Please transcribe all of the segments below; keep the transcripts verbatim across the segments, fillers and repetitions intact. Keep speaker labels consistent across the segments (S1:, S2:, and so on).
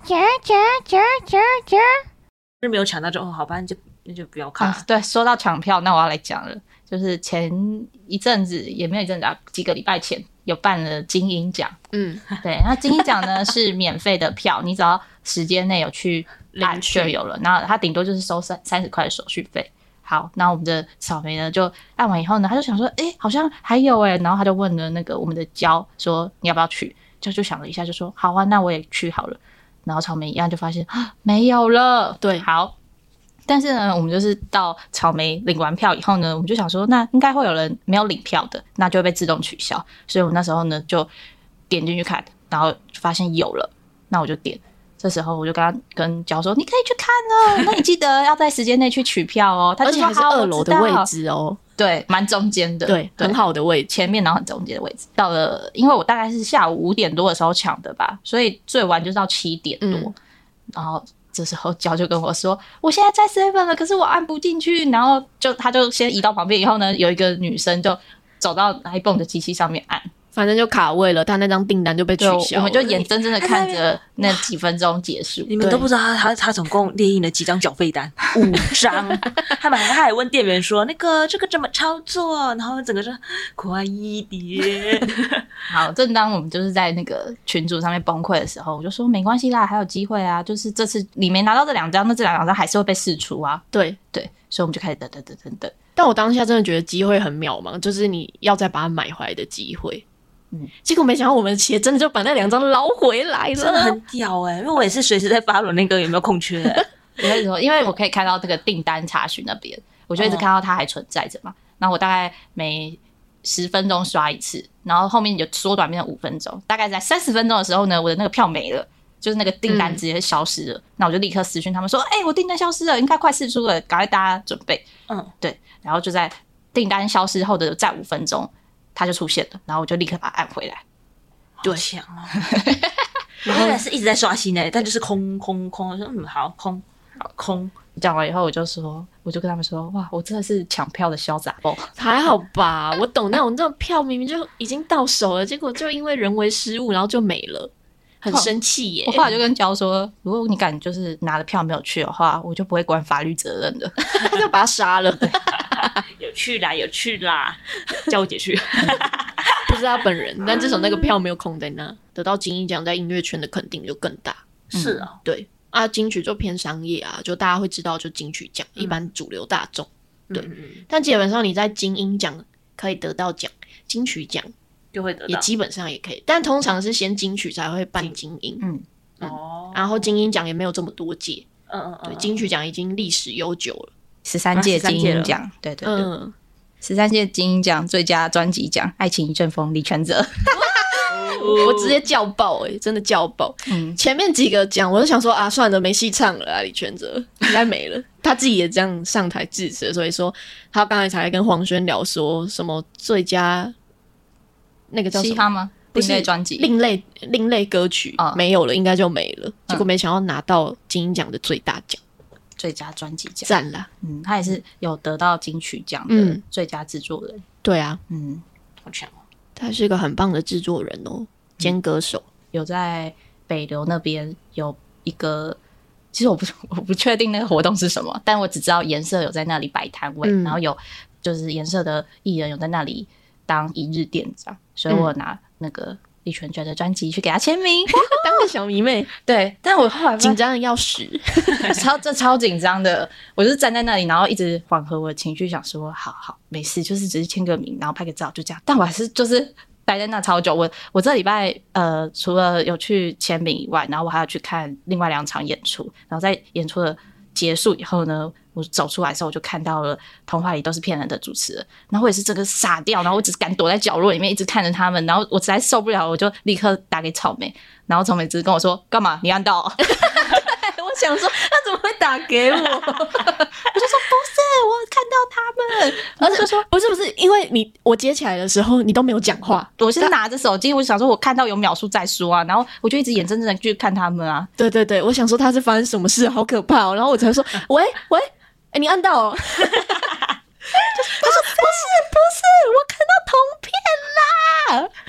S1: 夹夹夹夹夹，
S2: 是没有抢到就哦，好吧，那就那就不要看、
S3: 啊。对，说到抢票，那我要来讲了，就是前一阵子也没有一阵子啊，几个礼拜前有办了金鹰奖。
S4: 嗯，
S3: 对，那金鹰奖呢是免费的票，你只要时间内有去按就有了，然后它顶多就是收三三十块的手续费。好，那我们的草莓呢就按完以后呢，他就想说，哎、欸，好像还有哎、欸，然后他就问了那个我们的娇说你要不要去，就就想了一下就说好啊，那我也去好了。然后草莓一按就发现啊没有了，
S4: 对，
S3: 好。但是呢，我们就是到草莓领完票以后呢，我们就想说，那应该会有人没有领票的，那就会被自动取消。所以我那时候呢就点进去看，然后就发现有了，那我就点。这时候我就跟他跟娇说：“你可以去看哦，那你记得要在时间内去取票哦。”他就说：“
S4: 而且还是二楼的位置哦，
S3: 对，蛮中间的，
S4: 对，很好的位置，
S3: 前面然后很中间的位置。到了，因为我大概是下午五点多的时候抢的吧，所以最晚就是到七点多。嗯、然后这时候娇就跟我说：“我现在在 seven 了，可是我按不进去。”然后就他就先移到旁边，以后呢，有一个女生就走到 iPhone 的机器上面按。
S4: 反正就卡位了，他那张订单就被取消了，
S3: 我们就眼睁睁的看着那几分钟结束。
S2: 你们都不知道他他他总共列印了几张缴费单，五张。他们还他还问店员说：“那个这个怎么操作？”然后整个就快一点。
S3: 好，正当我们就是在那个群组上面崩溃的时候，我就说没关系啦，还有机会啊，就是这次你没拿到这两张，那这两张还是会被释出啊。
S4: 对
S3: 对，所以我们就开始等等等等等。
S4: 但我当下真的觉得机会很渺茫，就是你要再把它买回来的机会。嗯，结果没想到我们的企业真的就把那两张捞回来了，
S2: 真的很屌哎、欸！因为我也是随时在发轮那个有没有空缺、欸，
S3: 我跟你说，因为我可以看到这个订单查询那边，我就一直看到它还存在着嘛。然后我大概每十分钟刷一次，然后后面就缩短变成五分钟，大概在三十分钟的时候呢，我的那个票没了，就是那个订单直接消失了。嗯、那我就立刻私讯他们说：“哎、欸，我订单消失了，应该快释出了，赶快大家准备。”嗯，对。然后就在订单消失后的再五分钟，它就出现了，然后我就立刻把它按回来。
S2: 好强哦！我原来是一直在刷新诶，但就是空空空，我说嗯好空好空。
S3: 讲完以后，我就说，我就跟他们说，哇，我真的是抢票的潇洒包，
S4: 还好吧？我懂那种这种票明明就已经到手了，结果就因为人为失误，然后就没了，很生气耶。
S3: 我后来就跟娇说，如果你敢就是拿了票没有去的话，我就不会管法律责任的，
S4: 就把他杀了。
S2: 有去啦，有去啦，叫我姐去。
S4: 不是他本人，但至少那个票没有空在那，得到金鹰奖在音乐圈的肯定就更大。
S2: 是啊、
S4: 嗯，对啊，金曲就偏商业啊，就大家会知道就金曲奖，嗯、一般主流大众。对、嗯嗯，但基本上你在金鹰奖可以得到奖，金曲奖
S2: 就会得到，
S4: 也基本上也可以，但通常是先金曲才会办金鹰。嗯嗯，哦，然后金鹰奖也没有这么多届。嗯嗯嗯，对，金曲奖已经历史悠久了，
S3: 十三届金鹰奖，对对对。嗯，十三届金鹰奖最佳专辑奖，《爱情一阵风》李全哲，
S4: 我直接叫爆哎、欸，真的叫爆。嗯，前面几个奖我就想说啊，算了，没戏唱了啊，李全哲应该没了。他自己也这样上台致辞，所以说他刚才才跟黄轩聊说什么最佳那个叫什么
S3: 嘻哈吗？另类专辑，
S4: 另类另类歌曲、哦、没有了，应该就没了。结果没想到拿到金鹰奖的最大奖。
S3: 最佳专辑奖，
S4: 赞啦！
S3: 嗯，他也是有得到金曲奖的最佳制作人、嗯。
S4: 对啊，
S3: 嗯，
S2: 好强哦！
S4: 他是一个很棒的制作人哦，兼歌手。
S3: 嗯、有在北流那边有一个，其实我不我不确定那个活动是什么，但我只知道颜色有在那里摆摊位、嗯，然后有就是颜色的艺人有在那里当一日店长，所以我拿那个李全哲的专辑去给他签名，
S4: 当个小迷妹。
S3: 对，但我后来
S4: 紧张的要死，
S3: 超这超紧张的。我就是站在那里，然后一直缓和我的情绪，想说好好没事，就是只是签个名，然后拍个照，就这样。但我还是就是待在那超久。我我这礼拜呃，除了有去签名以外，然后我还要去看另外两场演出。然后在演出的结束以后呢，我走出来的时候，我就看到了童话里都是骗人的主持人，然后我也是整个傻掉，然后我只敢躲在角落里面一直看着他们，然后我实在受不了，我就立刻打给草莓，然后草莓只是跟我说干嘛？你按到、哦？我想说他怎么会打给我？我就说不是，我看到他们，
S4: 然后就说不是不是，因为你我接起来的时候你都没有讲话，
S3: 我是拿着手机，我想说我看到有秒数再说啊，然后我就一直眼睁睁的去看他们啊。
S4: 对对对，我想说他是发生什么事，好可怕哦，然后我才说喂喂。欸、你按到哦？他说不是不是，我看到铜片啦！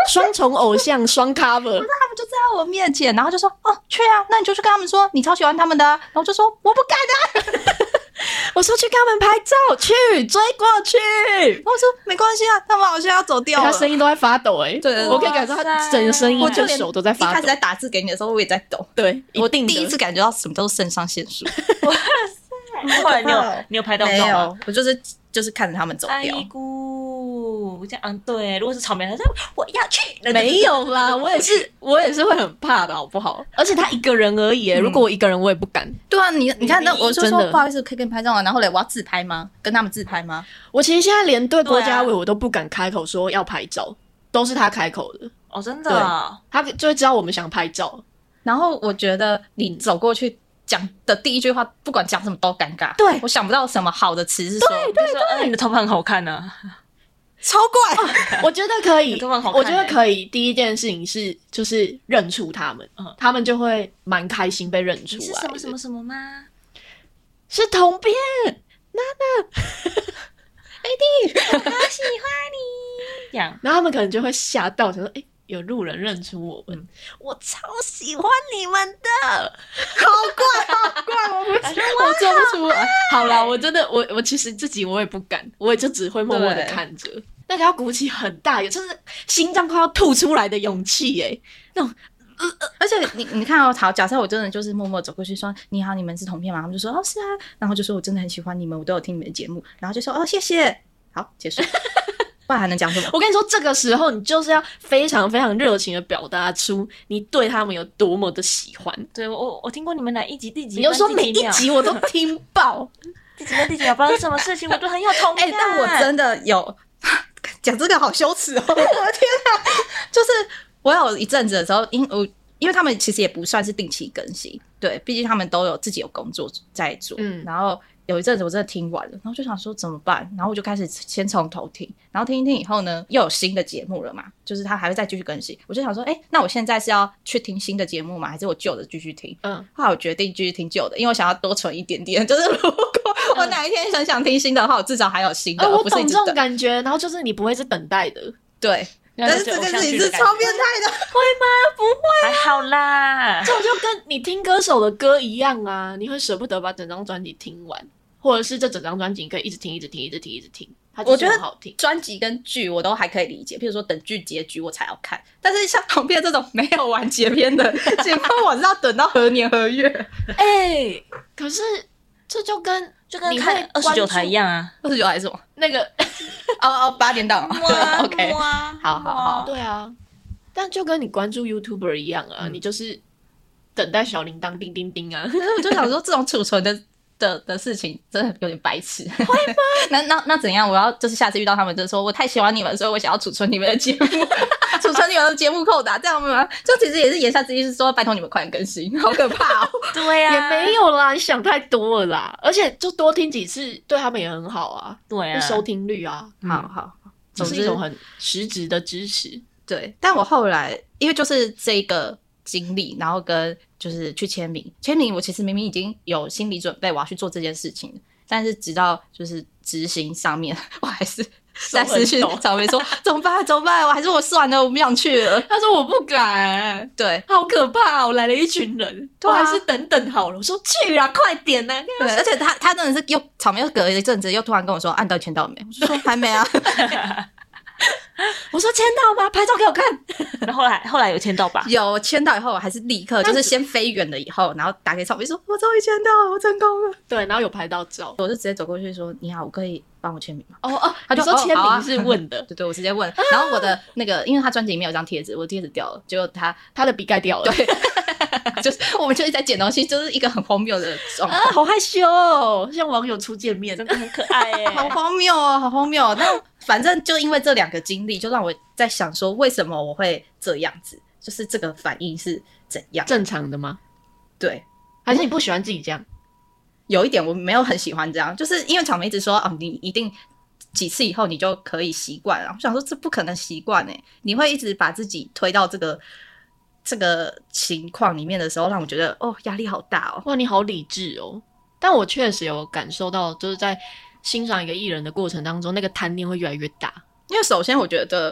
S4: 双重偶像双 cover，
S3: 他们就在我面前，然后就说哦去啊，那你就去跟他们说你超喜欢他们的、啊，然后我就说我不敢啊，
S4: 我说去跟他们拍照，去追过去。
S3: 然后我说没关系啊，他们好像要走掉了，
S4: 他声音都在发抖哎、欸，
S3: 对，
S4: 我可以感受他整个声音跟
S3: 我就连
S4: 手都在发抖。
S3: 一开始在打字给你的时候，我也在抖，
S4: 对，
S3: 我
S4: 一定的
S3: 第一次感觉到什么叫做肾上腺素。
S2: 后来你有你有拍到
S3: 没
S2: 照吗？
S3: 有，我就是就是看着他们走
S2: 哎
S3: 掉。
S2: 姑，这样嗯对，如果是草莓，他说我要去，
S4: 没有啦，我也是，我也是会很怕的，好不好？而且他一个人而已、欸，如果我一个人，我也不敢。
S3: 对啊，你你看，那我就
S4: 真的
S3: 说不好意思，可以跟你拍照吗？然后嘞，我要自拍吗？跟他们自拍吗？
S4: 我其实现在连对郭家伟
S2: 对啊
S4: 我都不敢开口说要拍照，都是他开口的，
S2: 哦，真的啊，
S4: 他就会知道我们想拍照。
S3: 然后我觉得你走过去讲的第一句话，不管讲什么都尴尬。
S4: 对
S3: 我想不到什么好的词是说，
S2: 就说嗯，你的头发很好看呢，
S3: 超怪。
S4: 我觉得可以，
S2: 头发好看欸
S4: 我觉得可以。第一件事情是，就是认出他们，
S2: 嗯
S4: 他们就会蛮开心被认出来的。
S2: 你是什么什么什么吗？
S4: 是同编，
S2: 我好喜欢你，这样
S4: 然后他们可能就会吓到，想说：“哎、有路人认出我们，
S2: 嗯
S4: 我超喜欢你们的。”
S3: 好怪，好怪，我不行。
S4: 我做不出来。好啦，我真的，我我其实自己我也不敢，我也就只会默默的看着。那个要鼓起很大，有就是心脏快要吐出来的勇气耶，那种。
S3: 而且你你看哦，好，假设我真的就是默默走过去说你好，你们是同片吗？他们就说哦是啊，然后就说我真的很喜欢你们，我都有听你们的节目，然后就说哦谢谢，好结束，不然还能讲什么？
S4: 我跟你说，这个时候你就是要非常非常热情的表达出你对他们有多么的喜欢。
S2: 对我我我听过你们哪一集第几，
S4: 你就说每一集我都听爆，
S2: 第几跟第几秒发生什么事情，我都很有同感。
S3: 哎、但我真的有讲这个好羞耻哦！我的天啊，就是我有一阵子的时候，因我因为他们其实也不算是定期更新，对，毕竟他们都有自己有工作在做，
S4: 嗯
S3: 然后有一阵子我真的听完了，然后就想说怎么办，然后我就开始先从头听，然后听一听以后呢，又有新的节目了嘛，就是他还会再继续更新，我就想说，哎、那我现在是要去听新的节目吗？还是我旧的继续听？
S4: 嗯，
S3: 后来我决定继续听旧的，因为我想要多存一点点，就是如果我哪一天很想听新的话，我至少还有新的，
S4: 呃，
S3: 而
S4: 我懂这种
S3: 不是一直等。
S4: 感觉，然后就是你不会是等待的，
S3: 对，
S2: 但
S3: 但是这件事情是超变态的。
S2: 还好啦，
S4: 这种就跟你听歌手的歌一样啊，你会舍不得把整张专辑听完，或者是这整张专辑你可以一直听、一直听、一直听、一直听，它就
S3: 我觉得
S4: 是很好听。
S3: 专辑跟剧我都还可以理解，譬如说等剧结局我才要看，但是像同片这种没有完结篇的节目，我是要等到何年何月？
S4: 哎、可是这就跟
S2: 就跟
S4: 你会
S2: 看二十九台一
S4: 样，
S2: 样啊。
S3: 二十九还是什么？
S4: 那个
S3: 哦哦，八点档。
S2: 哇
S3: OK，
S2: 哇
S3: 好好好
S4: 对啊，但就跟你关注 YouTuber 一样啊，你就是等待小铃铛叮叮叮啊。
S3: 可是我就想说，这种储存的的的事情真的有点白痴。会吗？那那那怎样？我要就是下次遇到他们，就说我太喜欢你们，所以我想要储存你们的节目，储存你们的节目扣打，这样吗？就其实也是言下之意是说，拜托你们快点更新，好可怕哦。
S2: 对呀、
S4: 也没有啦，你想太多了啦。而且就多听几次，对他们也很好啊，
S2: 对啊，
S4: 就收听率啊，
S3: 好好，
S4: 这
S3: 总之
S4: 是一种很实质的支持。
S3: 对，但我后来因为就是这个经历，然后跟就是去签名，签名我其实明明已经有心理准备我要去做这件事情了，但是直到就是执行上面，我还是在私讯找梅说怎么办怎么办，我还是我算了，我不想去了。
S4: 他说我不敢，
S3: 对
S4: 好可怕、哦！来了一群人，
S3: 对啊
S4: 我还是等等好了。我说去啊，快点啊！
S3: 对，而且他他真的是又草莓又隔了一阵子，又突然跟我说按到签到没？我就说还没啊。
S4: 我说签到吗？拍照给我看。
S2: 然后后来后来有签到吧？
S3: 有签到以后，我还是立刻就是先飞远了以后，然后打给草莓说，我终于签到了，我成功了。
S4: 对，然后有拍到照。
S3: 我就直接走过去说，你好，我可以帮我签名吗？
S4: 哦哦，
S3: 他就
S4: 你说签
S3: 哦好啊
S4: 名是问的，
S3: 对对，我直接问。然后我的那个，因为他专辑里面有张贴纸，我的贴纸掉了，结果他
S4: 他的笔盖掉了。
S3: 对，就是我们就一直在捡东西，就是一个很荒谬的状况。
S4: 啊，好害羞哦，像网友初见面，
S2: 真的很可爱耶、
S3: 好荒谬哦，好荒谬哦！那反正就因为这两个经历，就让我在想说，为什么我会这样子？就是这个反应是怎样？
S4: 正常的吗？
S3: 对，
S4: 还是你不喜欢自己这样？
S3: 有一点我没有很喜欢这样，就是因为草莓一直说哦，你一定几次以后你就可以习惯了。我想说这不可能习惯哎，你会一直把自己推到这个这个情况里面的时候，让我觉得哦压力好大哦。
S4: 哇，你好理智哦！但我确实有感受到，就是在欣赏一个艺人的过程当中，那个贪念会越来越大。
S3: 因为首先我觉得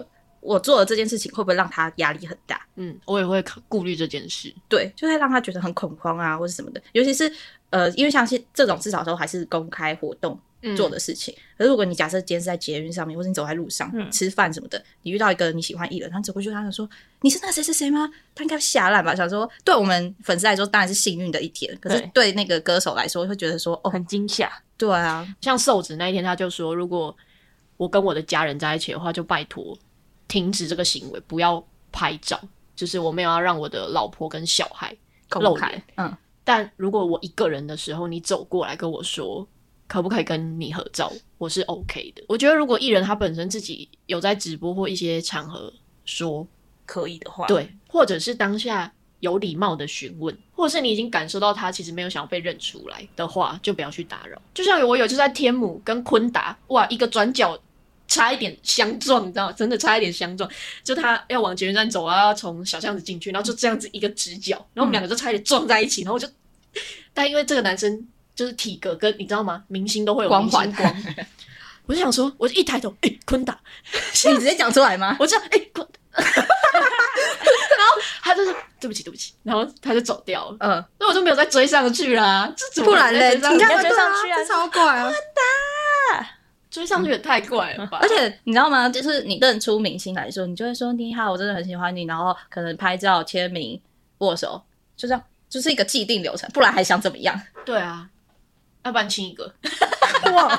S3: 我做的这件事情会不会让他压力很大？
S4: 嗯，我也会顾虑这件事。
S3: 对，就会让他觉得很恐慌啊，或是什么的。尤其是呃，因为像是这种至少都还是公开活动做的事情。嗯、可是如果你假设今天是在捷运上面，或是你走在路上、嗯、吃饭什么的，你遇到一个你喜欢艺人，他走过去，他就说：“你是那谁谁谁吗？”他应该吓烂吧？想说，对我们粉丝来说当然是幸运的一天，可是对那个歌手来说，会觉得说：“哦，
S2: 很惊吓。”
S3: 对啊，
S4: 像瘦子那一天，他就说：“如果我跟我的家人在一起的话，就拜托停止这个行为，不要拍照。就是我没有要让我的老婆跟小孩露脸。嗯，但如果我一个人的时候，你走过来跟我说，可不可以跟你合照，我是 OK 的。我觉得如果艺人他本身自己有在直播或一些场合说
S2: 可以的话，
S4: 对，或者是当下有礼貌的询问，或者是你已经感受到他其实没有想要被认出来的话，就不要去打扰。就像我有就在天母跟昆达，哇，一个转角差一点相撞，你知道吗？真的差一点相撞，就他要往捷运站走啊，要从小巷子进去，然后就这样子一个直角，然后我们两个就差一点撞在一起，然后我就，但因为这个男生就是体格跟你知道吗？明星都会有明星光，我就想说，我就一抬头，哎、欸，昆达，
S3: 你直接讲出来吗？
S4: 我就哎昆。欸然后他就是对不起对不起，然后他就走掉了。嗯，所以我就没有再追上去啦。这怎么
S3: 不然嘞？你
S2: 要追上去啊，
S3: 这超怪啊！
S4: 追上去也太怪了吧！
S3: 而且你知道吗？就是你认出明星来说，你就会说你好，我真的很喜欢你，然后可能拍照、签名、握手，就这样，就是一个既定流程。不然还想怎么样？
S4: 对啊，要不然亲一个。
S3: 哇，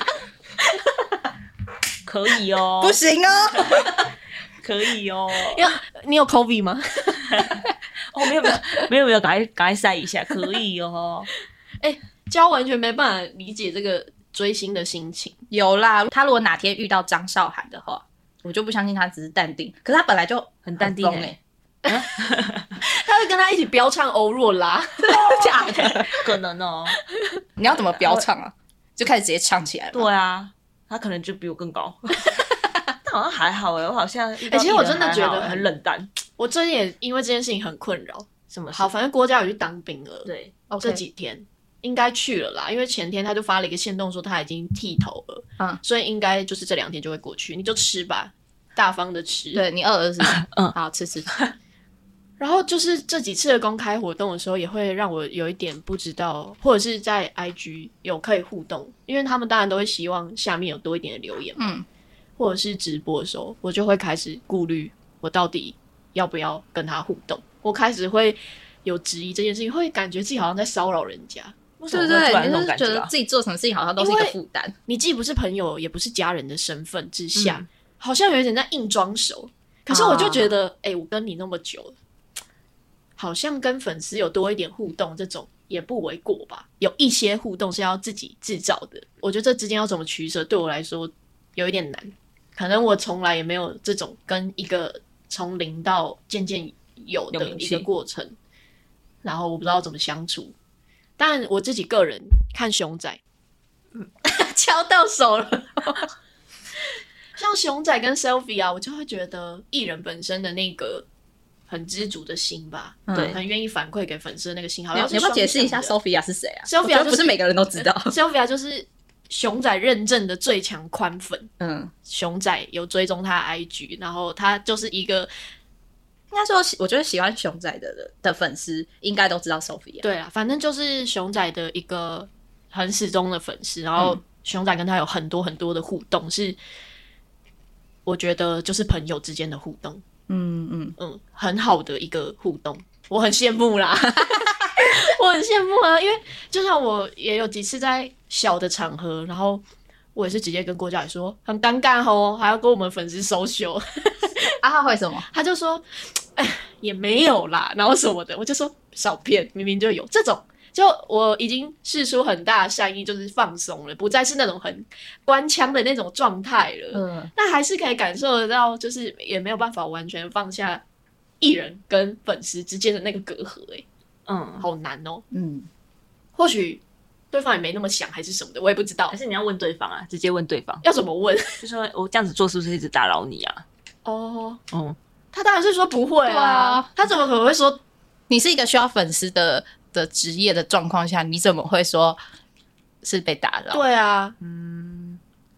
S2: 可以哦，
S3: 不行哦。
S2: 可以哦，
S4: 你有 COVID 吗？
S2: 哦，没有没有没有没有，赶快赶快晒一下，可以哦。
S4: 哎、欸，娇完全没办法理解这个追星的心情。
S3: 有啦，他如果哪天遇到张韶涵的话，我就不相信他只是淡定，可是他本来就
S2: 很淡定哎、
S4: 欸，他会跟他一起飙唱欧若拉，
S3: 假的？
S2: 可能哦。
S3: 你要怎么飙唱啊？就开始直接唱起来了。
S2: 对啊，他可能就比我更高。好像还好哎，我好像遇到、
S4: 欸、其实我真的觉得
S2: 很冷淡。
S4: 我最近也因为这件事情很困扰。
S2: 什么事？
S4: 好，反正郭嘉有去当兵了。
S2: 对，
S4: 这几天应该去了啦，因为前天他就发了一个限动说他已经剃头了，嗯，所以应该就是这两天就会过去。你就吃吧，大方的吃。
S3: 对，你饿了是不是？嗯，好吃吃。
S4: 然后就是这几次的公开活动的时候，也会让我有一点不知道，或者是在 I G 有可以互动，因为他们当然都会希望下面有多一点的留言嘛。嗯。或者是直播的时候，我就会开始顾虑，我到底要不要跟他互动？我开始会有质疑这件事情，会感觉自己好像在骚扰人家。
S3: 对对对，你就是觉得自己做什么事情好像都是一个负担。
S4: 你既不是朋友，也不是家人的身份之下，嗯、好像有一点在硬装熟。可是我就觉得，哎、啊欸，我跟你那么久了，好像跟粉丝有多一点互动，这种也不为过吧？有一些互动是要自己制造的，我觉得这之间要怎么取舍，对我来说有一点难。可能我从来也没有这种跟一个从零到渐渐有的一个过程，然后我不知道怎么相处。但我自己个人看熊仔，嗯，敲到手了。像熊仔跟 Selfie 啊，我就会觉得艺人本身的那个很知足的心吧，嗯、对，很愿意反馈给粉丝的那个心。好像
S3: 你要不要解释一下 Sophia 是谁啊
S4: ？Sophia
S3: 不是每个人都知道。
S4: Sophia 就是熊仔认证的最强宽粉。嗯，熊仔有追踪他的 I G， 然后他就是一个，
S3: 应该说，我觉得喜欢熊仔的的粉丝应该都知道 Sophia。
S4: 对啊，反正就是熊仔的一个很始终的粉丝，然后熊仔跟他有很多很多的互动，是我觉得就是朋友之间的互动。嗯嗯嗯，很好的一个互动，我很羡慕啦，我很羡慕啊，因为就像我也有几次在小的场合，然后我也是直接跟郭嘉宇说很尴尬哦，还要跟我们粉丝social
S3: 啊，他会什么？
S4: 他就说，哎，也没有啦，然后什么的，我就说少骗，明明就有这种。就我已经释出很大的善意，就是放松了，不再是那种很官腔的那种状态了。嗯，但还是可以感受得到，就是也没有办法完全放下艺人跟粉丝之间的那个隔阂、欸。嗯，好难哦。嗯，或许对方也没那么想，还是什么的，我也不知道。
S2: 还是你要问对方啊，直接问对方，
S4: 要怎么问？
S2: 就说我这样子做是不是一直打扰你啊？
S4: 哦，嗯，他当然是说不会啊，啊他怎么可能会说
S3: 你是一个需要粉丝的？的职业的状况下，你怎么会说是被打扰？
S4: 对啊，
S2: 嗯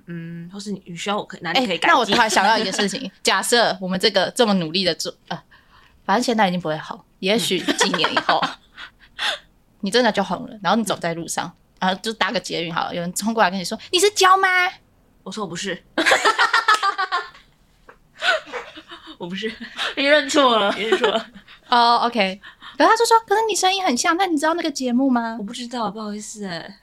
S2: 嗯，或是你需要我可哪
S3: 哎、
S2: 里可以改进？
S3: 那我突然想到一个事情，假设我们这个这么努力的做，呃，反正现在已经不会好，也许几年以后，你真的就红了，然后你走在路上，然后就搭个捷运好了，有人冲过来跟你说你是娇吗？
S2: 我说我不是，我不是，
S4: 你认错了，
S2: 别人说
S3: 哦、oh, ，OK。可是他就说，可是你声音很像，那你知道那个节目吗
S2: 我？不知道，不好意思哎。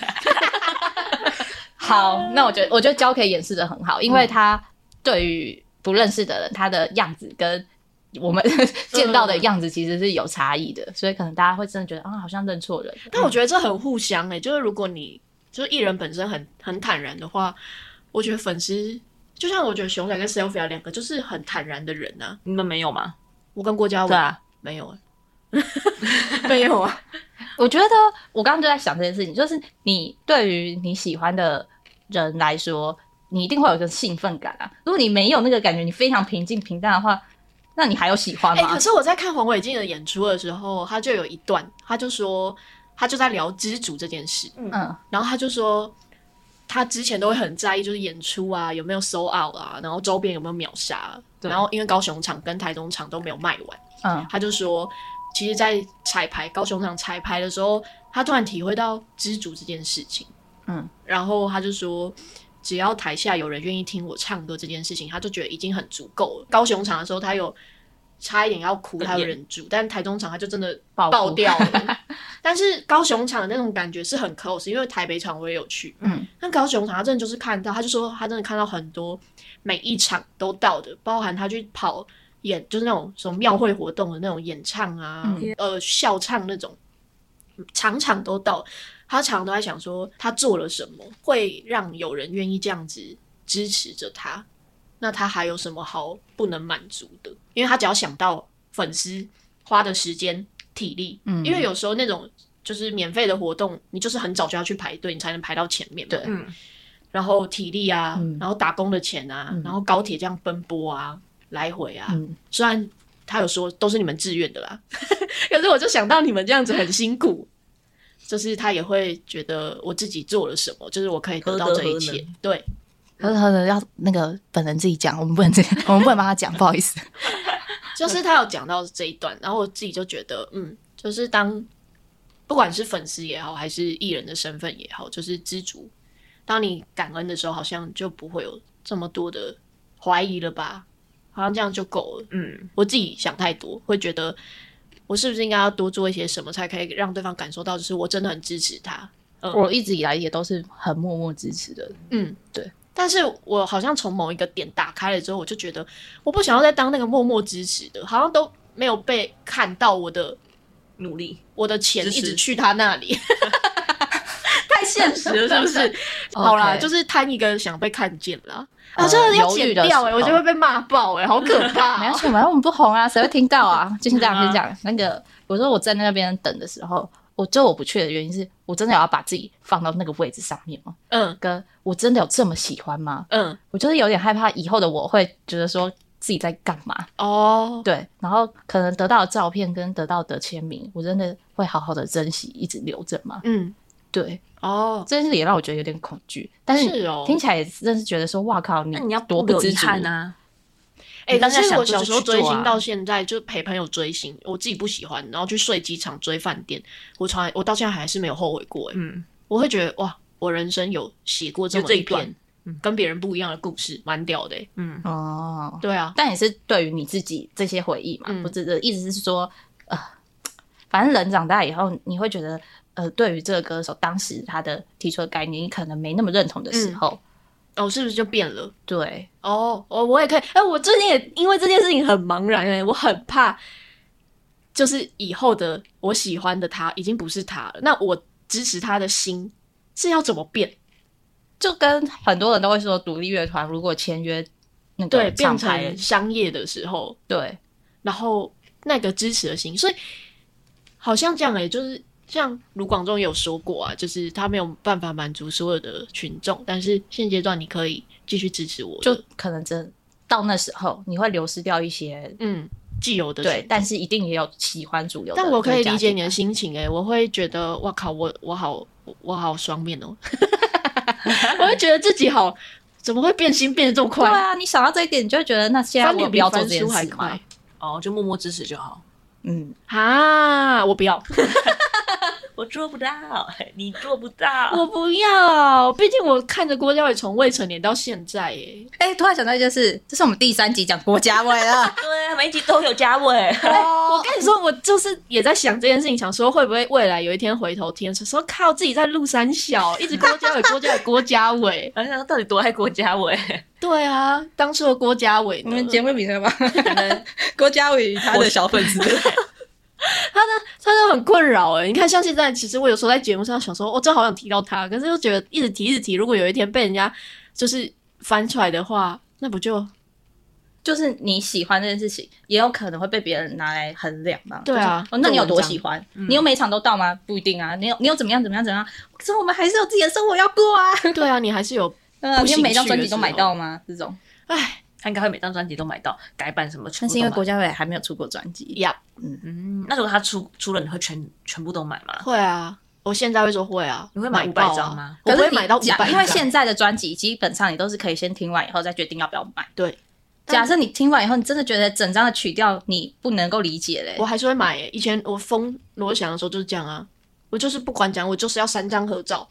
S3: 好，那我觉得我觉得娇可以掩饰的很好，因为他对于不认识的人，他的样子跟我们见到的样子其实是有差异的，所以可能大家会真的觉得啊，好像认错人。
S4: 但我觉得这很互相诶、欸，就是如果你就是艺人本身很很坦然的话，我觉得粉丝就像我觉得熊仔跟 Sophia 两个就是很坦然的人啊。
S2: 你们没有吗？
S4: 我跟郭嘉文
S2: 对啊，
S4: 没有、欸，没有啊。
S3: 我觉得我刚刚就在想这件事情，就是你对于你喜欢的人来说，你一定会有一个兴奋感啊。如果你没有那个感觉，你非常平静平淡的话，那你还有喜欢
S4: 哎、
S3: 吗？
S4: 可是我在看黄伟晋的演出的时候，他就有一段，他就说他就在聊知足这件事，
S3: 嗯，
S4: 然后他就说他之前都会很在意，就是演出啊有没有 sold out 啊，然后周边有没有秒杀，
S2: 对
S4: 然后因为高雄场跟台中场都没有卖完，
S3: 嗯
S4: 他就说，其实，在彩排高雄场彩排的时候，他突然体会到知足这件事情，
S3: 嗯，
S4: 然后他就说，只要台下有人愿意听我唱歌这件事情，他就觉得已经很足够了。高雄场的时候，他有差一点要哭，他有忍住，但台中场他就真的
S3: 爆哭
S4: 爆掉了。但是高雄场的那种感觉是很 close，因为台北场我也有去，
S3: 嗯，
S4: 但高雄场他真的就是看到，他就说他真的看到很多每一场都到的，包含他去跑演就是那种什么庙会活动的那种演唱啊，
S3: 嗯
S4: 呃校唱那种，场场都到。他常常都在想说，他做了什么会让有人愿意这样子支持着他？那他还有什么好不能满足的？因为他只要想到粉丝花的时间、体力，
S3: 嗯
S4: 因为有时候那种就是免费的活动，你就是很早就要去排队，你才能排到前面嘛。
S3: 对
S2: 嗯，
S4: 然后体力啊，
S3: 嗯
S4: 然后打工的钱啊，
S3: 嗯
S4: 然后高铁这样奔波啊，来回啊，
S3: 嗯
S4: 虽然他有说都是你们自愿的啦，可是我就想到你们这样子很辛苦，就是他也会觉得我自己做了什么，就是我可以得到这一切
S2: 何德何能。
S4: 对，
S3: 可是可能要那个本人自己讲，我们不能这样，我们不能帮他讲，不好意思。
S4: 就是他有讲到这一段，然后我自己就觉得，嗯，就是当不管是粉丝也好，还是艺人的身份也好，就是知足。当你感恩的时候，好像就不会有这么多的怀疑了吧？好像这样就够了。
S2: 嗯，
S4: 我自己想太多，会觉得我是不是应该要多做一些什么，才可以让对方感受到，就是我真的很支持他。嗯
S3: 我一直以来也都是很默默支持的。
S4: 嗯，
S3: 对。
S4: 但是我好像从某一个点打开了之后，我就觉得我不想要再当那个默默支持的，好像都没有被看到我的
S2: 努力。
S4: 我的钱
S2: 支持
S4: 一直去他那里，太现实了，是不是？好啦，就是贪一个想被看见啦。啊，
S3: 呃
S4: 这个要
S3: 犹豫的
S4: 剪掉哎、
S3: 时候
S4: 我就会被骂爆哎、好可怕、哦！
S3: 没关系，反正我们不红啊，谁会听到啊？就是这样，就是这样。那个，我说我在那边等的时候，我就我不去的原因是我真的要把自己放到那个位置上面吗？
S4: 嗯
S3: 跟我真的有这么喜欢吗？
S4: 嗯，
S3: 我就是有点害怕以后的我会觉得说自己在干嘛。
S4: 哦，
S3: 对，然后可能得到的照片跟得到的签名，我真的会好好的珍惜，一直留着嘛。
S4: 嗯，
S3: 对，
S4: 哦，
S3: 这件事也让我觉得有点恐惧，但是
S4: 是哦
S3: 听起来也真是觉得说，哇靠，你
S2: 那你要
S3: 多
S2: 不留遗
S3: 不知足
S2: 憾啊！
S4: 哎、可
S2: 你当下
S4: 是我
S2: 想做就
S4: 小时候追
S2: 去做啊
S4: 星到现在，就陪朋友追星，我自己不喜欢，然后去睡机场、追饭店，我从来我到现在还是没有后悔过。哎、
S2: 嗯，
S4: 我会觉得哇，我人生有写过这
S2: 有这一
S4: 么一段
S2: 段嗯
S4: 跟别人不一样的故事，蛮屌的、欸。
S2: 嗯，
S3: 哦。
S4: 对啊，
S3: 但也是对于你自己这些回忆嘛，
S4: 嗯
S3: 不是的意思是说，呃，反正人长大以后，你会觉得，呃，对于这个歌手当时他的提出的概念，你可能没那么认同的时候，
S4: 哦，是不是就变了？
S3: 对，
S4: 哦，我我也可以。哎、我最近也因为这件事情很茫然哎、我很怕，就是以后的我喜欢的他已经不是他了，那我支持他的心是要怎么变？
S3: 就跟很多人都会说，独立乐团如果签约那
S4: 对，
S3: 个
S4: 变
S3: 厂牌
S4: 成，商业的时候，
S3: 对，
S4: 然后那个支持的心，所以好像这样哎、就是像卢广仲有说过啊，就是他没有办法满足所有的群众，但是现阶段你可以继续支持我的，
S3: 就可能真到那时候你会流失掉一些，
S4: 嗯，既有的
S3: 对，
S4: 群
S3: 但是一定也有喜欢主流的，
S4: 但我可以理解你的心情哎、我会觉得哇靠，我我好我好双面哦，我会觉得自己好怎么会变心变得这么快？
S3: 对啊，你想到这一点，你就会觉得那现在我不要做这件事吗？
S2: 哦，就默默支持就好。
S3: 嗯
S4: 啊，我不要。
S2: 我做不到，你做不到，
S4: 我不要。毕竟我看着郭嘉伟从未成年到现在耶。
S3: 哎、欸，突然想到一件事，这是我们第三集讲郭嘉伟了。
S2: 对，每一集都有嘉伟。
S4: 我跟你说，我就是也在想这件事情，想说会不会未来有一天回头听，说靠自己在陆三小，一直郭嘉伟、郭嘉伟、郭嘉伟，
S2: 然后想到底多爱郭嘉伟？
S4: 对啊，当初的郭嘉伟，
S3: 我们节目名称吧，郭嘉伟与他的小粉丝。
S4: 他的他的很困扰哎，你看像现在，其实我有时候在节目上想说，我、哦、真好想提到他，可是又觉得一直提一直提，如果有一天被人家就是翻出来的话，那不就
S3: 就是你喜欢这件事情，也有可能会被别人拿来衡量嘛？
S4: 对啊，
S3: 就是哦、那你有多喜欢？嗯、你有每场都到吗？不一定啊。你有你有怎么样怎么样怎么样？可是我们还是有自己的生活要过啊。
S4: 对啊，你还是有不
S3: 呃，你有每张专辑都买到吗？这种，
S4: 唉。
S2: 他应该会每张专辑都买到，改版什么全部都买。
S3: 但是因为郭嘉伟还没有出过专辑
S4: 呀，
S3: yep, 嗯
S2: 嗯，那如果他出出了，你会全全部都买吗？
S4: 会啊，我现在会说会啊。
S2: 你会买五百张吗？
S4: 我不会买到五百张，
S3: 因为现在的专辑基本上你都是可以先听完以后再决定要不要买。
S4: 对，
S3: 假设你听完以后，你真的觉得整张的曲调你不能够理解嘞，
S4: 我还是会买耶。以前我疯罗翔的时候就是这样啊，我就是不管讲，我就是要三张合照。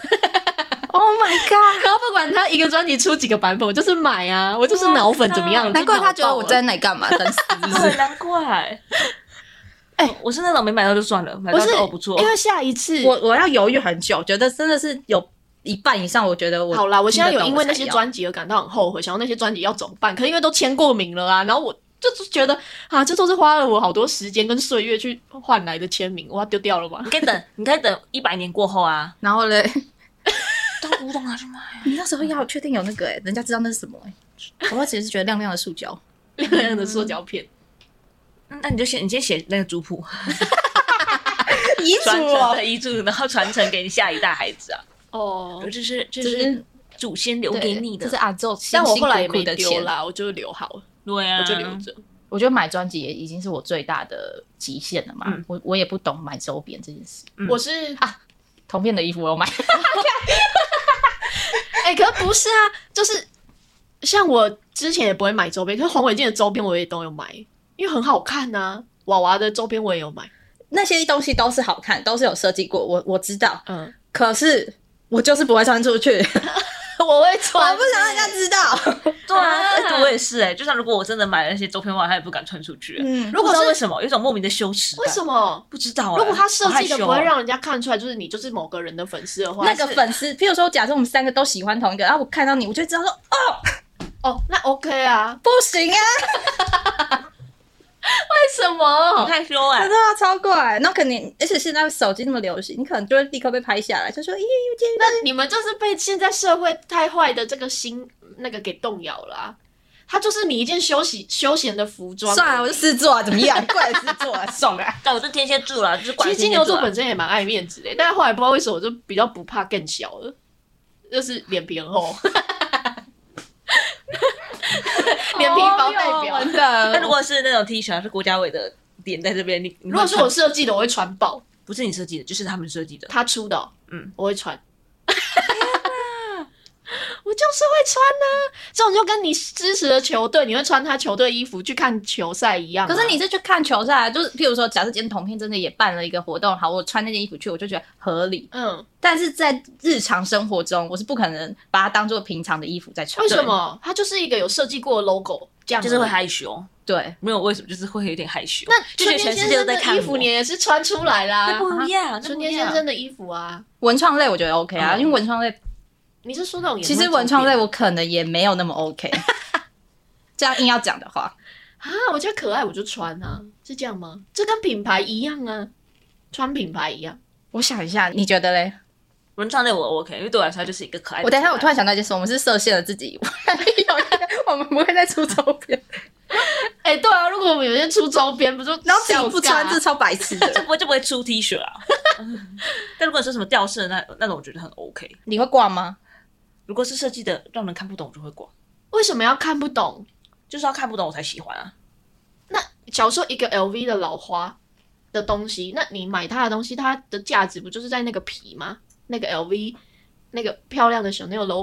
S3: Oh my god！
S4: 然后不管他一个专辑出几个版本，我就是买啊，我就是脑粉怎么样？
S3: 难怪他觉得我在那里干嘛？真是，
S2: 对，难怪。哎、欸，我是那种没买到就算了，买到就哦不错。
S4: 因为下一次
S3: 我我要犹豫很久，觉得真的是有一半以上，我觉得我
S4: 好啦。我现在有因为那些专辑而感到很后悔，想要那些专辑要怎么办？可是因为都签过名了啊，然后我就是觉得啊，这都是花了我好多时间跟岁月去换来的签名，我要丢掉了吗？
S2: 你可以等，你可以等一百年过后啊，
S3: 然后嘞。
S2: 到古董拿去卖。
S3: 你那时候要确定有那个哎、欸，人家知道那是什么哎、欸。我只是觉得亮亮的塑胶，
S4: 亮亮的塑胶片。
S2: 嗯，那你就写，你先写那个族谱，
S3: 遗嘱
S2: 哦，遗嘱，然后传承给你下一代孩子啊。
S4: 哦，
S2: 这是这是祖先留给你的，
S3: 这是阿宙，
S4: 但我后来也没
S3: 的
S4: 丢啦，我就留好了。
S2: 对啊，
S4: 我就留着。
S3: 我觉得买专辑也已经是我最大的极限了嘛。嗯、我我也不懂买周边这件事。
S4: 嗯、我是
S3: 啊。同片的衣服我有买，
S4: 哎、欸，可是不是啊，就是像我之前也不会买周边，可是黄伟晋的周边我也都有买，因为很好看呐、啊。娃娃的周边我也有买，
S3: 那些东西都是好看，都是有设计过，我我知道，
S4: 嗯，
S3: 可是我就是不会穿出去。
S4: 我会穿，
S3: 我不想让人家知道。
S2: 对啊，啊我也是哎、欸，就像如果我真的买了那些周边袜，他也不敢穿出去、啊。
S3: 嗯，
S2: 如果是为什么有一种莫名的羞耻感？
S4: 为什么
S2: 不知道、欸？
S4: 如果他设计的不会让人家看出来，就是你就是某个人的粉丝的话，
S3: 那个粉丝，譬如说，假设我们三个都喜欢同一个，然后我看到你，我就知道说，
S4: 哦哦，那 OK 啊，
S3: 不行啊。
S4: 为什么？
S2: 你太羞哎、欸！
S3: 真的啊，超怪。那肯定，而且现在手机那么流行，你可能就会立刻被拍下来，就说：“咦，
S4: 那你们就是被现在社会太坏的这个心那个给动摇了、啊。它就是你一件休息休闲的服装。
S3: 算了，我就狮子座啊，怎么样？怪狮子座啊，爽啊！
S2: 但我是天蝎座啦，就是
S4: 其实金牛座本身也蛮爱面子的，但是后来不知道为什么我就比较不怕更小了，就是脸皮很厚。脸皮薄代表的。
S2: 那如果是那种 T 恤，是郭嘉伟的脸在这边，你
S4: 如果是我设计的，我会穿爆。
S2: 不是你设计的，就是他们设计的，
S4: 他出的、哦，
S2: 嗯，
S4: 我会穿。我就是会穿呢、啊，这种就跟你支持的球队，你会穿他球队衣服去看球赛一样、啊。
S3: 可是你是去看球赛，就是譬如说，假设今天同片真的也办了一个活动，好，我穿那件衣服去，我就觉得合理。
S4: 嗯，
S3: 但是在日常生活中，我是不可能把它当做平常的衣服在穿。
S4: 为什么？它就是一个有设计过的 logo， 这样
S2: 就是会害羞。
S3: 对，
S2: 没有为什么，就是会有点害羞。
S4: 那
S2: 就觉得全世界都在看
S4: 衣服，你也是穿出来啦。
S2: 那不一样，
S4: 春天先生的衣服啊，
S3: 文创类我觉得 OK 啊，嗯、因为文创类。
S4: 你是说那种
S3: 其实文创类我可能也没有那么 OK， 这样硬要讲的话
S4: 啊，我觉得可爱我就穿啊，是这样吗？这跟品牌一样啊，穿品牌一样。
S3: 我想一下，你觉得嘞？
S2: 文创类我 OK， 因为对我来说它就是一个可爱的。
S3: 我等一下，我突然想到一件事，我们是设限了自己，我们不会再出周边。
S4: 哎、欸，对啊，如果我们有些出周边，不就
S3: 然后自己不穿，这超白痴的，
S2: 就不会就不会出 T 恤啊。但如果说什么吊饰那那种，我觉得很 OK。
S3: 你会挂吗？
S2: 如果是设计的让人看不懂，我就会挂。
S4: 为什么要看不懂？
S2: 就是要看不懂我才喜欢啊。
S4: 那假如说一个 L V 的老花的东西，那你买它的东西，它的价值不就是在那个皮吗？那个 L V 那个漂亮的 Chanel logo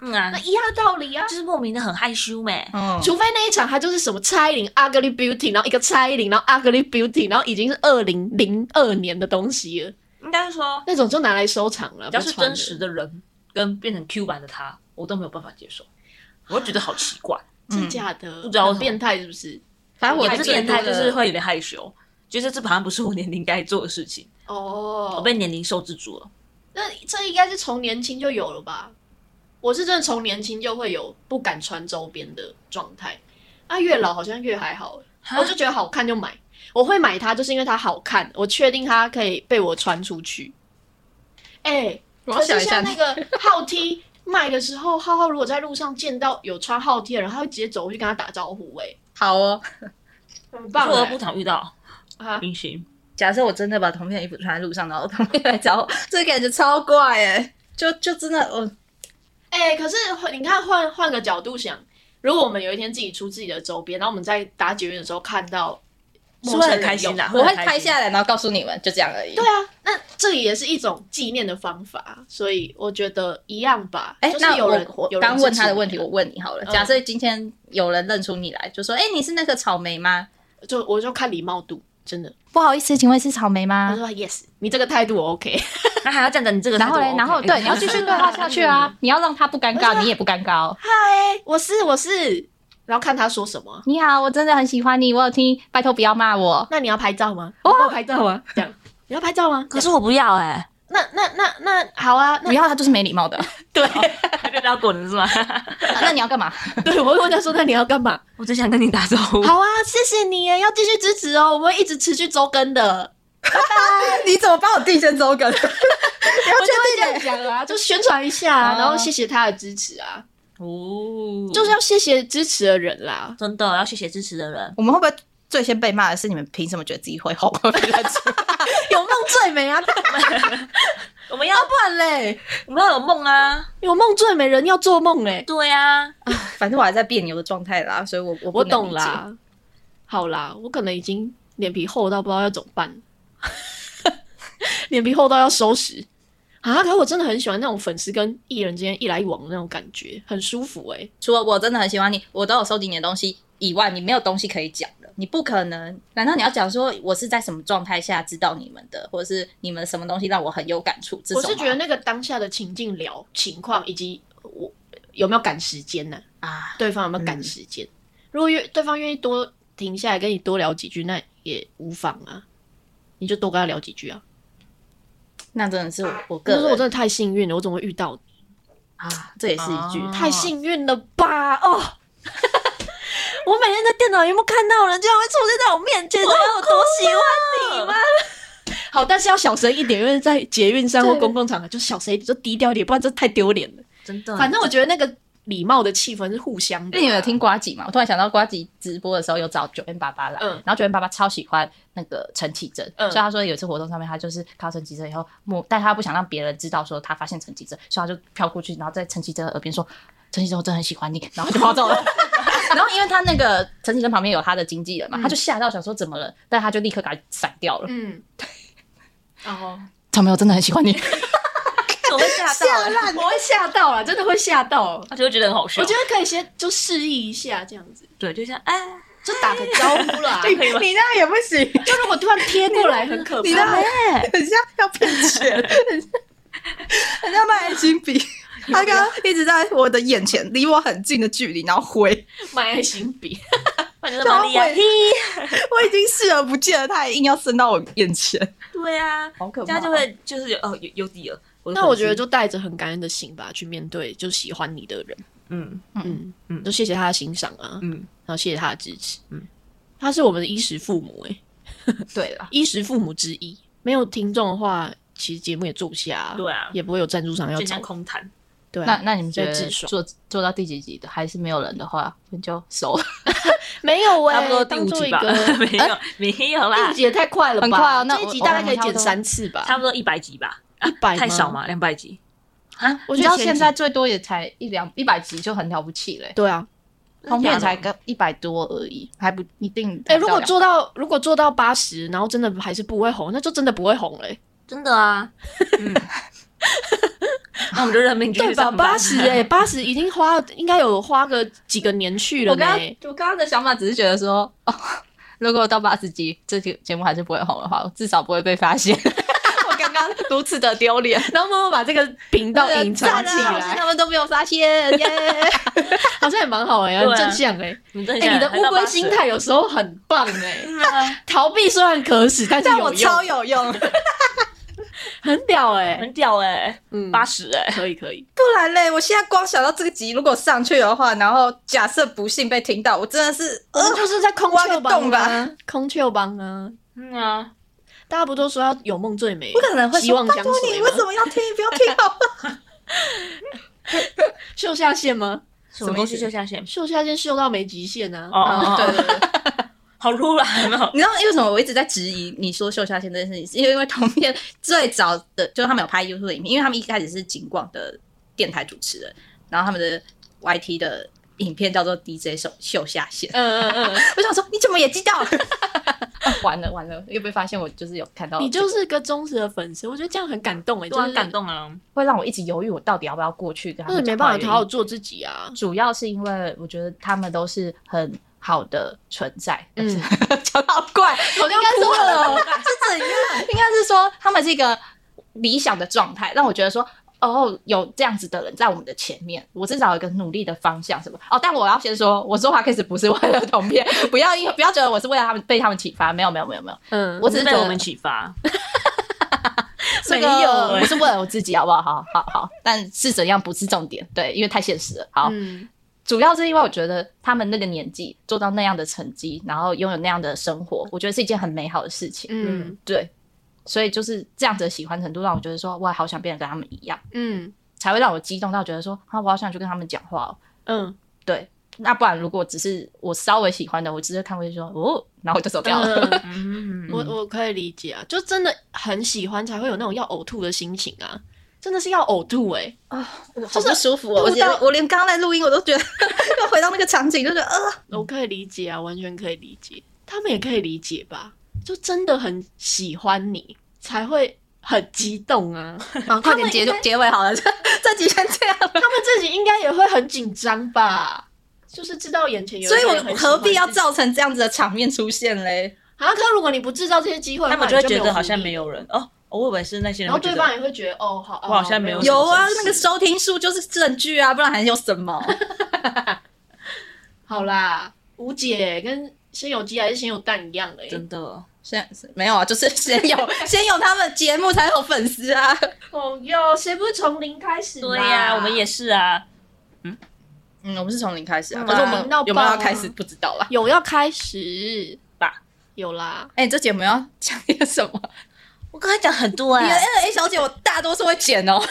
S2: 嗯啊
S4: 那，一样的道理啊。
S2: 就是莫名的很害羞没。
S3: 嗯，
S4: 除非那一场他就是什么蔡依林 Ugly Beauty， 然后一个蔡依林，然后 Ugly Beauty， 然后已经是二零零二年的东西了，
S2: 应该是说，
S4: 那种就拿来收藏了。
S2: 只要是
S4: 不穿了
S2: 真实的人跟变成 Q 版的他，我都没有办法接受，我会觉得好奇怪。
S4: 真假的，
S2: 不知道为什么
S4: 很变态是不是？
S3: 反正我
S2: 也不是
S3: 最多
S2: 变态，就是
S3: 的
S2: 会有点害羞，觉得这好像不是我年龄该做的事情，
S4: 哦，
S2: 我被年龄受制住了。
S4: 那这应该是从年轻就有了吧？我是真的从年轻就会有不敢穿周边的状态，啊，越老好像越还好，我就觉得好看就买，我会买它就是因为它好看，我确定它可以被我穿出去。哎、欸，
S3: 我要想一下
S4: 可是像那个浩 T 卖的时候，浩浩如果在路上见到有穿浩 T 的人，他会直接走过去跟他打招呼、欸，哎，
S3: 好哦。
S4: 很棒、欸，
S2: 我不常遇到
S4: 啊，
S2: 明星，
S3: 假设我真的把同片的衣服穿在路上，然后同片来找我，这感觉超怪哎，就就真的我。
S4: 哎、欸，可是你看，换换个角度想，如果我们有一天自己出自己的周边，然后我们在打捷运的时候看到陌生人有，
S2: 是会很开心的、啊，
S3: 我会
S2: 很开心
S3: 拍下来，然后告诉你们，就这样而已。
S4: 对啊，那这也是一种纪念的方法，所以我觉得一样吧。
S3: 哎、
S4: 就是
S3: 那
S4: 有人
S3: 我我
S4: 有人
S3: 刚问他的
S4: 支持
S3: 问题，
S4: 你啊
S3: 我问你好了。
S4: 嗯
S3: 假设今天有人认出你来，就说：“哎、你是那个草莓吗？”
S4: 就我就看礼貌度，真的。
S3: 不好意思，请问是草莓
S4: 他
S3: 吗？
S4: 说 yes， 你这个态度我 OK。
S2: 那还要这样子，你这个
S3: 然后嘞，
S2: 态度 OK
S3: 然后对，你要继续对话下去啊！你要让他不尴尬，你也不尴尬哦。
S4: 嗨，我是我是，然后看他说什么。
S3: 你好，我真的很喜欢你，我有听，拜托不要骂我。
S4: 那你要拍照吗？我要拍照吗？这样你要拍照吗？
S2: 可是我不要哎、欸，
S4: 那那那那好啊，那
S3: 不要，他就是没礼貌的。
S4: 对
S2: 就要滚是吗？
S3: 那你要干嘛？
S4: 对，我会问他说，那你要干嘛？
S2: 我只想跟你打招呼。
S4: 好啊，谢谢你耶，要继续支持哦，我们会一直持续周更的。
S3: 你怎么帮我递先周梗？
S4: 我就会这样讲啊，就宣传一下、啊，
S3: 哦
S4: 然后谢谢他的支持啊，
S2: 哦，
S4: 就是要谢谢支持的人啦。
S2: 真的要谢谢支持的人。
S3: 我们会不会最先被骂的是你们凭什么觉得自己会红？
S4: 有梦最美啊，
S2: 我们要
S4: 不然嘞，
S2: 我们要有梦啊！
S4: 有梦最美，人要做梦嘞。
S2: 对啊，
S3: 反正我还在别扭的状态啦，所以我我不
S4: 我
S3: 能理解。
S4: 懂啦，好啦，我可能已经脸皮厚到不知道要怎么办，脸皮厚到要收拾啊！可是我真的很喜欢那种粉丝跟艺人之间一来一往的那种感觉，很舒服哎、欸。
S3: 除了我真的很喜欢你，我都有收集你的东西以外，你没有东西可以讲的。你不可能，难道你要讲说我是在什么状态下知道你们的，或者是你们什么东西让我很有感触？这种吗
S4: 我是觉得那个当下的情境聊情况，以及我有没有赶时间呢、
S3: 啊，
S4: 对方有没有赶时间？如果愿对方愿意多停下来跟你多聊几句，那也无妨啊，你就多跟他聊几句啊。
S3: 那真的是我我个人
S4: 可是我真的太幸运了，我怎么会遇到你？
S3: 啊，这也是一句。
S2: 哦
S4: 太幸运了吧！哦，我每天在电脑荧幕看到人，竟然会出现在我面前，你知道我多喜欢你吗？好，但是要小声一点，因为在捷运上或公共场合就小声一点，就低调一点，不然这太丢脸了。
S2: 真的。
S4: 反正我觉得那个礼貌的气氛是互相的。
S3: 因为你有听呱吉嘛？我突然想到呱吉直播的时候有找九 N 八八来，
S4: 嗯
S3: 然后九 N 八八超喜欢那个陈绮贞，
S4: 嗯
S3: 所以他说有一次活动上面，他就是看到陈绮贞以后，默但他不想让别人知道说他发现陈绮贞，所以他就飘过去，然后在陈绮贞的耳边说：“陈绮贞，我真的很喜欢你。”然后就跑走了。然后因为他那个陈绮贞旁边有他的经纪人嘛，他就吓到想说怎么了，但他就立刻给他闪掉了。
S4: 嗯，然后
S3: 草莓，我真的很喜欢你。
S2: 我会吓到欸，
S4: 我会吓到了，真的会吓到。
S2: 他就会觉得很好笑。
S4: 我觉得可以先就示意一下，这样子
S2: 对，就像哎，
S4: 就打个招呼啦。
S2: 可以吗？
S3: 你那样也不行，
S4: 就如果突然贴过来，很可怕。
S3: 你那很像要骗钱，很像卖爱心笔。他刚刚一直在我的眼前，离我很近的距离，然后挥，
S4: 卖爱心笔，
S2: 反正玛利亚，嘿，
S3: 我已经视而不见了，他还硬要伸到我眼前，
S2: 对啊，
S3: 好可怕。
S2: 这样就会就是有哦有有底了。的
S4: 那我觉得
S2: 粉丝
S4: 就带着很感恩的心吧，去面对就喜欢你的人。
S2: 嗯
S4: 嗯
S2: 嗯
S4: 嗯，就谢谢他的欣赏啊，
S2: 嗯，
S4: 然后谢谢他的支持。嗯，他是我们的衣食父母、欸，
S3: 对了，
S4: 衣食父母之一。没有听众的话，其实节目也做不下、啊，
S2: 对啊
S4: 也不会有赞助商要找
S2: 就像。空谈。
S4: 对、啊，
S3: 那那你们觉得
S4: 在自爽
S3: 做做到第几集的还是没有人的话，我们就收了。
S4: 没有哎、
S2: 差不多第
S4: 当做一
S2: 五集吧，
S4: 个
S2: 没有没有啦
S4: 第五，集也太快了吧？
S3: 很快哦那
S4: 这一集
S3: 我
S4: 大概可以剪
S3: 我们差不多
S4: 三次吧？
S2: 差不多一百集吧，
S4: 一百
S2: 太少？吗？两百集
S3: 啊，
S4: 我
S3: 你知道现
S4: 觉得前几
S3: 在最多也才一两一百集就很了不起嘞，
S4: 对啊，
S3: 通片才个一百多而已，还不一定。
S4: 哎、如果做到如果做到八十，然后真的还是不会红，那就真的不会红嘞、
S2: 真的啊， 那我们就认命继续
S4: 对吧？
S2: 上班。
S4: 八十哎，八十已经花应该有花个几个年去了呢。
S3: 我刚刚我刚刚的想法只是觉得说，哦，如果到八十集，这个节目还是不会红的话，我至少不会被发现。我刚刚如此的丢脸，
S4: 然后默默把这个频道隐藏起
S3: 赞啊
S4: 来，
S3: 他们都没有发现，耶！
S4: 好像也蛮好哎、欸，很
S2: 对啊
S4: 正向哎、欸。哎、
S2: 你正向
S4: 你的乌龟心态有时候很棒哎、欸，逃避虽然可耻，但是有用，
S3: 但我超有用。
S4: 很屌哎、欸，
S2: 很屌哎、欸，
S4: 嗯
S2: 八十哎，
S4: 可以可以。
S3: 不然嘞，我现在光想到这个集如果上去的话，然后假设不幸被听到，我真的是
S4: 我们就是在空
S3: 挖个
S4: 丘帮
S3: 洞吧
S4: 啊，空丘帮啊，
S2: 嗯啊，
S4: 大家不都说要有梦最美？
S3: 不可能会说
S4: 希望相
S3: 拜托你
S4: 随吗
S3: 为什么要听？不要听好吗？
S4: 秀下限吗？
S2: 什么东西秀下限？
S4: 秀下限秀到没极限啊！
S2: 哦哦，
S3: 对对对。
S2: 好突然哦。
S3: 你知道为什么我一直在质疑你说秀下限这件事情？是因为因为同片最早的就是他们有拍 YouTube 的影片，因为他们一开始是景广的电台主持人，然后他们的 Y T 的影片叫做 D J 秀秀下限。
S4: 嗯嗯嗯，
S3: 我想说你怎么也知道？啊、完了完了，又被发现我就是有看到、这个，
S4: 你就是个忠实的粉丝，我觉得这样很感动哎、欸，就是
S2: 多感动啊！
S3: 会让我一直犹豫，我到底要不要过去跟他
S4: 但是没
S3: 们讲话的原因。
S4: 办法好好做自己啊。
S3: 主要是因为我觉得他们都是很好的存在，
S4: 嗯，
S3: 讲好怪，我应该说
S4: 了
S3: 是怎样？应该是说他们是一个理想的状态，让我觉得说。哦，有这样子的人在我们的前面，我至少有一个努力的方向什么。哦，但我要先说，我说话开始不是为了同片，不要因不要觉得我是为了他们被他们启发，没有没有没有没有，
S4: 嗯，
S3: 我只是觉得
S2: 是被我们启发。
S3: 这个
S4: 没有欸
S3: 不是为了我自己，好不好？好好好，但是怎样不是重点，对，因为太现实了。好，
S4: 嗯
S3: 主要是因为我觉得他们那个年纪做到那样的成绩，然后拥有那样的生活，我觉得是一件很美好的事情。
S4: 嗯
S3: 对，所以就是这样子的喜欢程度，让我觉得说，哇，好想变得跟他们一样，
S4: 嗯
S3: 才会让我激动到觉得说，啊，我好想去跟他们讲话哦。
S4: 嗯
S3: 对，那不然如果只是我稍微喜欢的，我直接看过去说，哦，然后我就走掉了。
S4: 嗯，
S2: 嗯，
S4: 我我可以理解啊，就真的很喜欢才会有那种要呕吐的心情啊，真的是要呕吐哎、欸，
S3: 啊，好不舒服哦！我
S4: 不知道
S3: 连我连刚刚在录音，我都觉得又回到那个场景，就觉得呃，
S4: 我可以理解啊，完全可以理解，他们也可以理解吧，就真的很喜欢你才会很激动啊，
S3: 好，快点结结尾好了，这这集先这样了。
S4: 他们自己应该也会很紧张吧，就是知道眼前有一
S3: 所以我
S4: 个人很喜欢
S3: 何必要
S4: 自己
S3: 造成这样子的场面出现嘞？
S4: 啊？可如果你不制造这些机会的话，
S2: 他们就会
S4: 你有
S2: 觉得好像
S4: 福利
S2: 没有人哦。我以为是那些人
S4: 然后
S2: 会觉得，
S4: 对方也会觉得哦，好，
S2: 我好像没有
S4: 哦
S3: 有啊，
S4: 什么
S3: 那个收听数就是证据啊，不然还有什么？
S4: 好啦，吴姐跟先有鸡还是先有蛋一样的、欸，
S2: 真的。
S3: 现在没有啊，就是先有先有他们节目才有粉丝啊。
S4: 哦哟，谁不是从零开始？
S2: 对呀、我们也是啊。
S3: 嗯，我们是从零开始啊，
S2: 嗯
S3: 可是我们
S4: 零到
S3: 有没有要
S4: 爆啊
S3: 开始不知道啦。
S4: 有要开始
S2: 吧，
S4: 有啦。
S3: 哎、你这节目要讲些什么？
S2: 我刚才讲很多哎、
S3: 你的 A 小姐，我大多数会剪哦。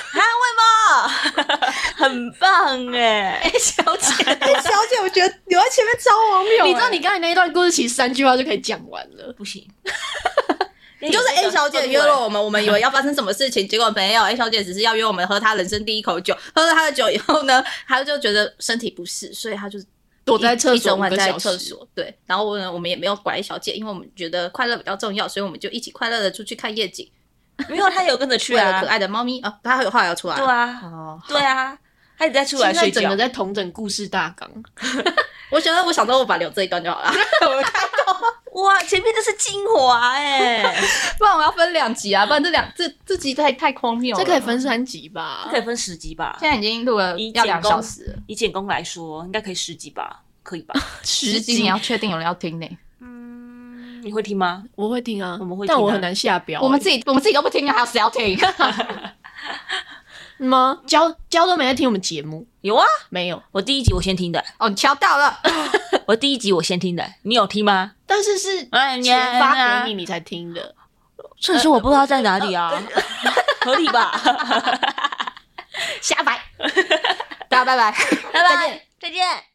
S2: 很棒哎、
S3: A 小姐，A 小姐，我觉得留在前面超荒谬、
S4: 你知道你刚才那一段故事其实三句话就可以讲完了。
S2: 不行，
S3: 你就是 A 小姐约了我们，我们以为要发生什么事情，结果没有。A 小姐只是要约我们喝她人生第一口酒，喝了她的酒以后呢，她就觉得身体不适，所以她就
S4: 躲在厕所
S3: 一整晚在
S4: 五个小时
S3: 厕所。对，然后呢，我们也没有管 A 小姐，因为我们觉得快乐比较重要，所以我们就一起快乐的出去看夜景。
S2: 没有他有跟着去啊
S3: 为了可。爱的猫咪啊，她有后来要出来。
S2: 对啊，
S3: 哦，
S2: 对啊，他一直在出来睡觉
S4: 现在整个。在同整故事大纲。
S3: 我觉得我想说，我把留这一段就好了。我看
S2: 哇，前面这是精华哎、
S3: 不然我要分两集啊，不然这两这这集太太荒谬了。
S4: 这可以分三集吧？
S2: 可以分十集吧？
S3: 现在已经录了
S2: 以
S3: 要两
S2: 简工
S3: 小时了，
S2: 以简工来说，应该可以十集吧？可以吧？
S3: 十集你要确定有人要听呢？
S2: 嗯，你会听吗？
S4: 我会听啊，
S2: 我们会听啊
S4: 但我很难下标欸、
S3: 我们自己我们自己都不听啊，还有谁要听？
S4: 嗯吗？娇娇都没在听我们节目，
S2: 有啊，
S4: 没有。
S2: 我第一集我先听的，
S3: 哦，你敲到了，
S2: 我第一集我先听的，你有听吗？
S4: 但是是
S2: 哎
S4: 钱发
S2: 呀
S4: 给你，你才听的。
S2: 所以说我不知道在哪里啊，合理吧？
S3: 瞎掰，大家拜拜，
S2: 拜拜，再见。